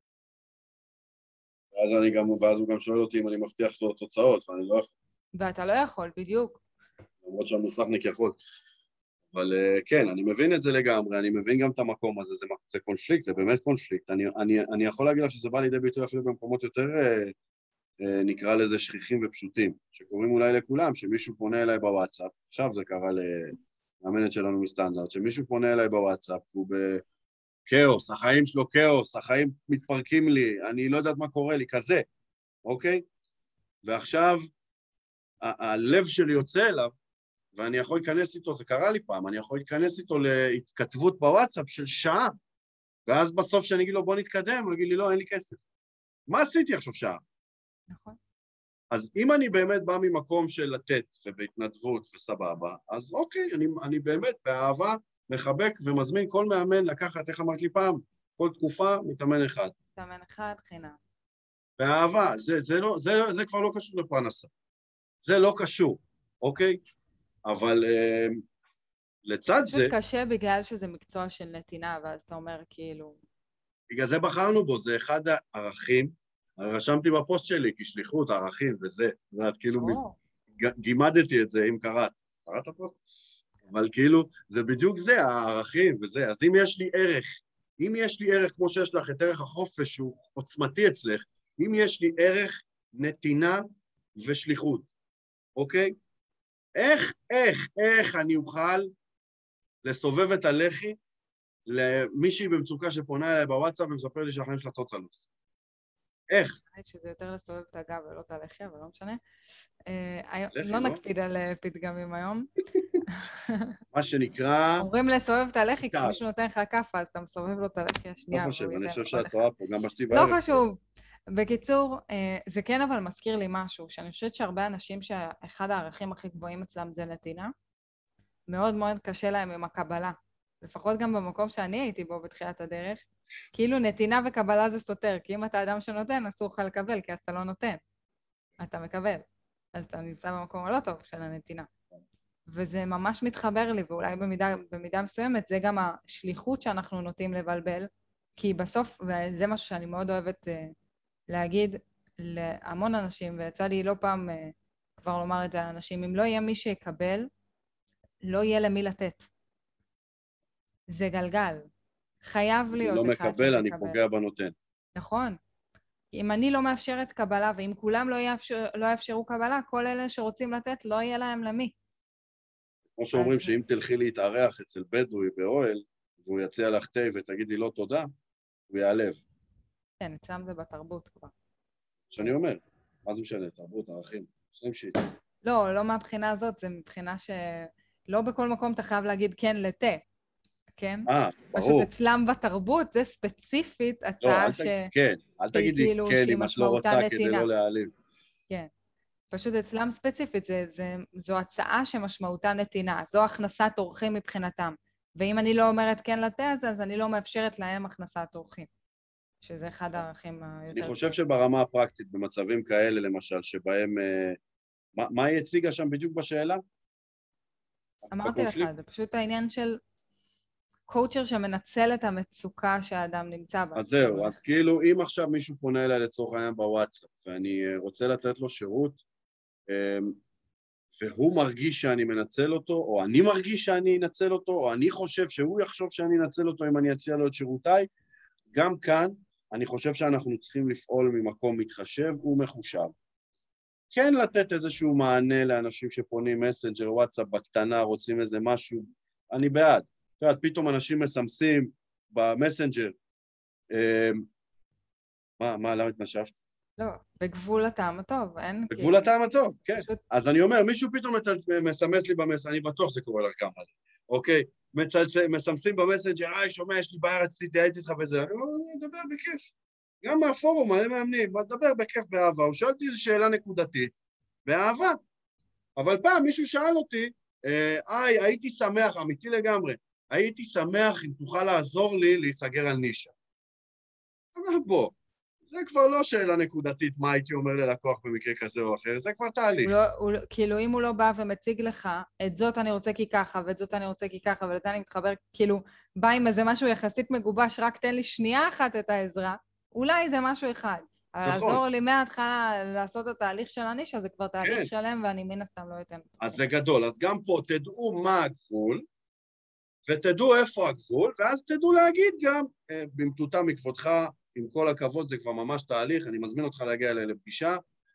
ואז הוא גם שואל אותי אם אני מבטיח לו תוצאות, ואני לא יכול. ואתה לא יכול, בדיוק. למרות שהמוסכניק יכול. אבל כן, אני מבין את זה לגמרי, אני מבין גם את המקום הזה, זה קונפליקט, זה באמת קונפליקט. אני יכול להגיד לך שזה בא לידי ביטוי אפילו במקומות יותר, נקרא לזה שכיחים ופשוטים, שקוראים אולי לכולם, שמישהו פונה אליי בוואטסאפ, עכשיו זה קרה למאמנת שלנו מסטנדרט, שמישהו פונה אליי בוואטסאפ, הוא בכאוס, החיים שלו כאוס, החיים מתפרקים לי, אני לא יודעת מה קורה לי, כזה, אוקיי? ועכשיו, הלב שלי יוצא אליו, ואני יכול להיכנס איתו, זה קרה לי פעם, אני יכול להיכנס איתו להתכתבות בוואטסאפ של שעה, ואז בסוף שאני אגיד לו בוא נתקדם, הוא יגיד לי לא, אין לי כסף. מה עשיתי עכשיו שעה? נכון. אז אם אני באמת בא ממקום של לתת ובהתנדבות וסבבה, אז אוקיי, אני באמת באהבה מחבק ומזמין כל מאמן לקחת, איך אמרת לי פעם, כל תקופה מתאמן אחד. מתאמן אחד, חינם. באהבה, זה כבר לא קשור לפרנסה. זה לא קשור, אוקיי? אבל לצד זה... פשוט קשה בגלל שזה מקצוע של נתינה, ואז אתה אומר כאילו... בגלל זה בחרנו בו, זה אחד הערכים, רשמתי בפוסט שלי, כשליחות, ערכים וזה, ואת כאילו גימדתי את זה, אם קראת. קראת הפוסט? אבל כאילו, זה בדיוק זה, הערכים וזה. אז אם יש לי ערך כמו שיש לך את ערך החופש, שהוא עוצמתי אצלך, אם יש לי ערך נתינה ושליחות, אוקיי? איך אני אוכל לסובב את הלחי למישהי במצוקה שפונה אליי בוואטסאפ ומספר לי שהחיים שלה טוטלוס? איך? שזה יותר לסובב את הגב ולא את הלחי, אבל לא משנה. לא נקפיד על פתגמים היום. מה שנקרא... אומרים לסובב את הלחי, כשמישהו נותן לך כאפה, אז אתה מסובב לו את הלחי השנייה. לא חושב, אני חושב שאת טועה פה, גם בשתי לא חשוב. בקיצור, זה כן אבל מזכיר לי משהו, שאני חושבת שהרבה אנשים שאחד הערכים הכי גבוהים אצלם זה נתינה, מאוד מאוד קשה להם עם הקבלה. לפחות גם במקום שאני הייתי בו בתחילת הדרך, כאילו נתינה וקבלה זה סותר, כי אם אתה אדם שנותן, אסור לך לקבל, כי אז אתה לא נותן. אתה מקבל. אז אתה נמצא במקום הלא טוב של הנתינה. וזה ממש מתחבר לי, ואולי במידה מסוימת, זה גם השליחות שאנחנו נוטים לבלבל, כי בסוף, וזה משהו שאני מאוד אוהבת להגיד להמון אנשים, ויצא לי לא פעם כבר לומר את זה לאנשים, אם לא יהיה מי שיקבל, לא יהיה למי לתת. זה גלגל. חייב להיות אחד שמקבל. אני לא מקבל, אני פוגע בנותן. נכון. אם אני לא מאפשרת קבלה, ואם כולם לא יאפשרו קבלה, כל אלה שרוצים לתת, לא יהיה להם למי. כמו שאומרים שאם תלכי להתארח אצל בדואי באוהל, והוא יציע לך תה ותגידי לו תודה, הוא יעלב. כן, אצלם זה בתרבות כבר. שאני אומר, מה זה משנה? תרבות, ערכים, שנים שיט. לא מהבחינה הזאת, זה מבחינה שלא בכל מקום אתה חייב להגיד כן לתה, כן? ברור. פשוט אצלם בתרבות, זה ספציפית הצעה כן, אל תגידי כן אם את לא רוצה כדי לא להעליב. כן. פשוט אצלם ספציפית, זו הצעה שמשמעותה נתינה, זו הכנסת אורחים מבחינתם. ואם אני לא אומרת כן לתה הזה, אז אני לא מאפשרת להם הכנסת אורחים. שזה אחד הערכים היותר... אני חושב שברמה הפרקטית, במצבים כאלה למשל, שבהם... מה היא הציגה שם בדיוק בשאלה? אמרתי לך, זה פשוט העניין של קואוצ'ר שמנצל את המצוקה שהאדם נמצא בה. אז זהו, אז כאילו אם עכשיו מישהו פונה אליי לצורך העניין בוואטסאפ, ואני רוצה לתת לו שירות, והוא מרגיש שאני מנצל אותו, או אני מרגיש שאני אנצל אותו, או אני חושב שהוא יחשוב שאני אנצל אותו אם אני אציע לו את שירותיי, גם כאן אני חושב שאנחנו צריכים לפעול ממקום מתחשב ומחושב. כן לתת איזשהו מענה לאנשים שפונים מסנג'ר, וואטסאפ בקטנה, רוצים איזה משהו, אני בעד. אתה יודע, פתאום אנשים מסמסים במסנג'ר. למה התנשפת? לא, בגבול הטעם הטוב, אין בגבול הטעם הטוב, כן. פשוט... אז אני אומר, מישהו פתאום מסמס לי במסנג'ר, אני בטוח זה קורה לך גם על זה, אוקיי? מסמסים במסנג'ר, שומע, יש לי בעיה, רציתי להתייעץ איתך וזה, אני אומר, נדבר בכיף. גם מהפורום, מלא מאמנים, מדבר בכיף באהבה, הוא שואל אותי איזו שאלה נקודתית, באהבה. אבל פעם מישהו שאל אותי, הייתי שמח, אמיתי לגמרי, הייתי שמח אם תוכל לעזור לי להיסגר על נישה. אבל בוא, זה כבר לא שאלה נקודתית, מה הייתי אומר ללקוח במקרה כזה או אחר, זה כבר תהליך. כאילו, אם הוא לא בא ומציג לך, את זאת אני רוצה כי ככה, ואת זאת אני רוצה כי ככה, ולזה אני מתחבר, כאילו, בא עם איזה משהו יחסית מגובש, רק תן לי שנייה אחת את העזרה, אולי זה משהו אחד. אבל לעזור לי מההתחלה לעשות את התהליך של הנישה, זה כבר תהליך שלם, ואני מן הסתם לא אתן. אז זה גדול, אז גם פה תדעו מה הגבול, ותדעו איפה הגבול, ואז תדעו להגיד גם, במטותא מכבודך, עם כל הכבוד, זה כבר ממש תהליך, אני מזמין אותך להגיע לפגישה,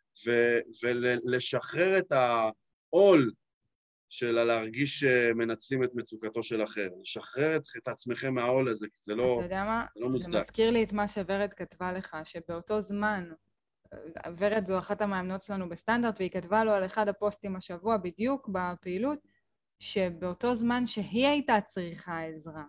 ולשחרר את העול של להרגיש שמנצלים את מצוקתו של אחר, לשחרר את עצמכם מהעול הזה, כי זה לא מוצדק. אתה יודע מה? זה מזכיר לי את מה שוורד כתבה לך, שבאותו זמן, ורד זו אחת המאמנות שלנו בסטנדרט, והיא כתבה לו על אחד הפוסטים השבוע בדיוק בפעילות, שבאותו זמן שהיא הייתה צריכה עזרה,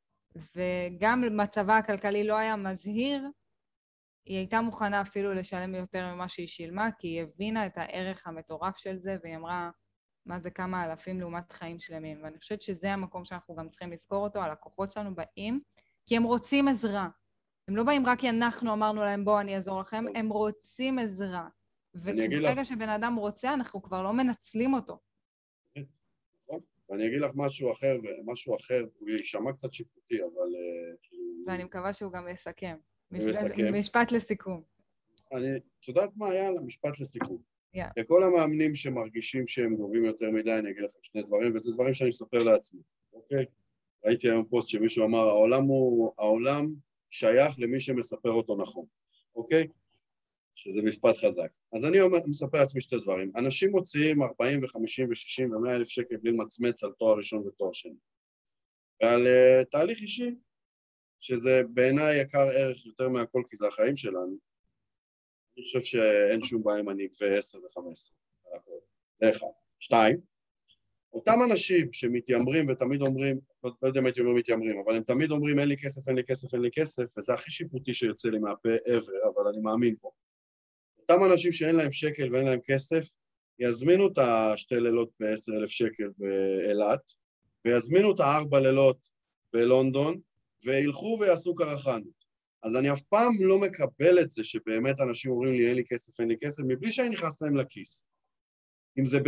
וגם מצבה הכלכלי לא היה מזהיר, היא הייתה מוכנה אפילו לשלם יותר ממה שהיא שילמה, כי היא הבינה את הערך המטורף של זה, והיא אמרה, מה זה כמה אלפים לעומת חיים שלמים. ואני חושבת שזה המקום שאנחנו גם צריכים לזכור אותו, הלקוחות שלנו באים, כי הם רוצים עזרה. הם לא באים רק כי אנחנו אמרנו להם, בואו אני אעזור לכם, הם רוצים עזרה. וברגע שבן אדם רוצה, אנחנו כבר לא מנצלים אותו. נכון. ואני אגיד לך משהו אחר, הוא יישמע קצת שיפוטי, אבל... ואני מקווה שהוא גם יסכם. יסכם. משפט לסיכום. את יודעת מה היה לה? משפט לסיכום. לכל המאמנים שמרגישים שהם גובים יותר מדי, אני אגיד לכם שני דברים, וזה דברים שאני מספר לעצמי, אוקיי? ראיתי היום פוסט שמישהו אמר, העולם שייך למי שמספר אותו נכון, אוקיי? שזה משפט חזק. אז אני מספר לעצמי שתי דברים. אנשים מוציאים 40 ו-50 ו-60 ו-100 אלף שקל בלי מצמץ על תואר ראשון ותואר שני. ועל תהליך אישי, שזה בעיניי יקר ערך יותר מהכל, כי זה החיים שלנו. אני חושב שאין שום בעיה אם אני אגבה 10 ו-15. זה אחד. 2, אותם אנשים שמתיימרים ותמיד אומרים, לא יודע אם הייתי אומר מתיימרים, אבל הם תמיד אומרים אין לי כסף, אין לי כסף, אין לי כסף, וזה הכי שיפוטי שיוצא לי מהפה ever, אבל אני מאמין פה. אותם אנשים שאין להם שקל ואין להם כסף, יזמינו את השתי לילות ב10,000 שקל באילת, ויזמינו את 4 לילות בלונדון, וילכו ויעשו קרחנות. אז אני אף פעם לא מקבל את זה שבאמת אנשים אומרים לי אין לי כסף, אין לי כסף, מבלי שאני נכנס להם לכיס. אם זה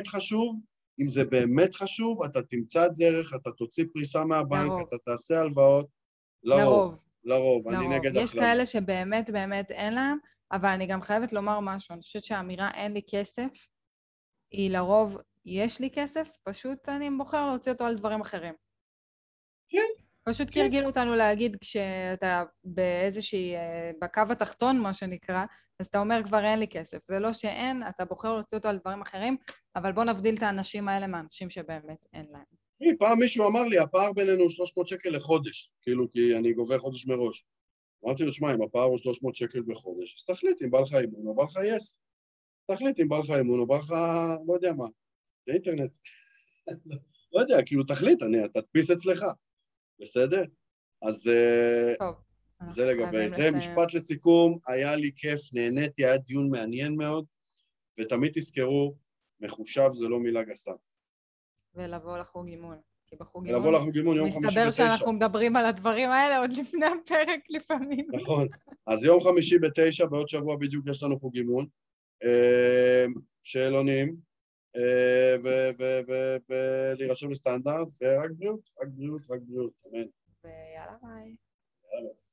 באמת חשוב, אתה תמצא דרך, אתה תוציא פריסה מהבנק, אתה תעשה הלוואות. לרוב, אני נגד הכללה. יש כאלה שבאמת באמת אין להם, אבל אני גם חייבת לומר משהו, אני חושבת שהאמירה אין לי כסף, היא לרוב יש לי כסף, פשוט אני בוחר להוציא אותו על דברים אחרים. כן. פשוט כי הרגילו אותנו להגיד כשאתה באיזושהי, בקו התחתון מה שנקרא, אז אתה אומר כבר אין לי כסף. זה לא שאין, אתה בוחר להוציא אותו על דברים אחרים, אבל בוא נבדיל את האנשים האלה מהאנשים שבאמת אין להם. פעם מישהו אמר לי, הפער בינינו 300 שקל לחודש, כאילו כי אני גובה חודש מראש. אמרתי לו, שמע, אם הפער הוא 300 שקל בחודש, אז תחליט אם בא לך אימון או בא לך יס. תחליט אם בא לך אימון או בא לך, לא יודע מה, זה אינטרנט. לא יודע, כאילו תחליט, תדפיס אצלך. בסדר? אז זה לגבי זה. משפט לסיכום, היה לי כיף, נהניתי, היה דיון מעניין מאוד, ותמיד תזכרו, מחושב זה לא מילה גסה. ולבוא לחוג אימון. ולבוא לחוג אימון יום 59. מסתבר שאנחנו מדברים על הדברים האלה עוד לפני הפרק לפעמים. נכון. אז יום 59, בעוד שבוע בדיוק יש לנו חוג אימון. שאלונים, ולהירשם לסטנדרט, ורק בריאות, רק בריאות, רק בריאות. אמן. ויאללה ביי. יאללה.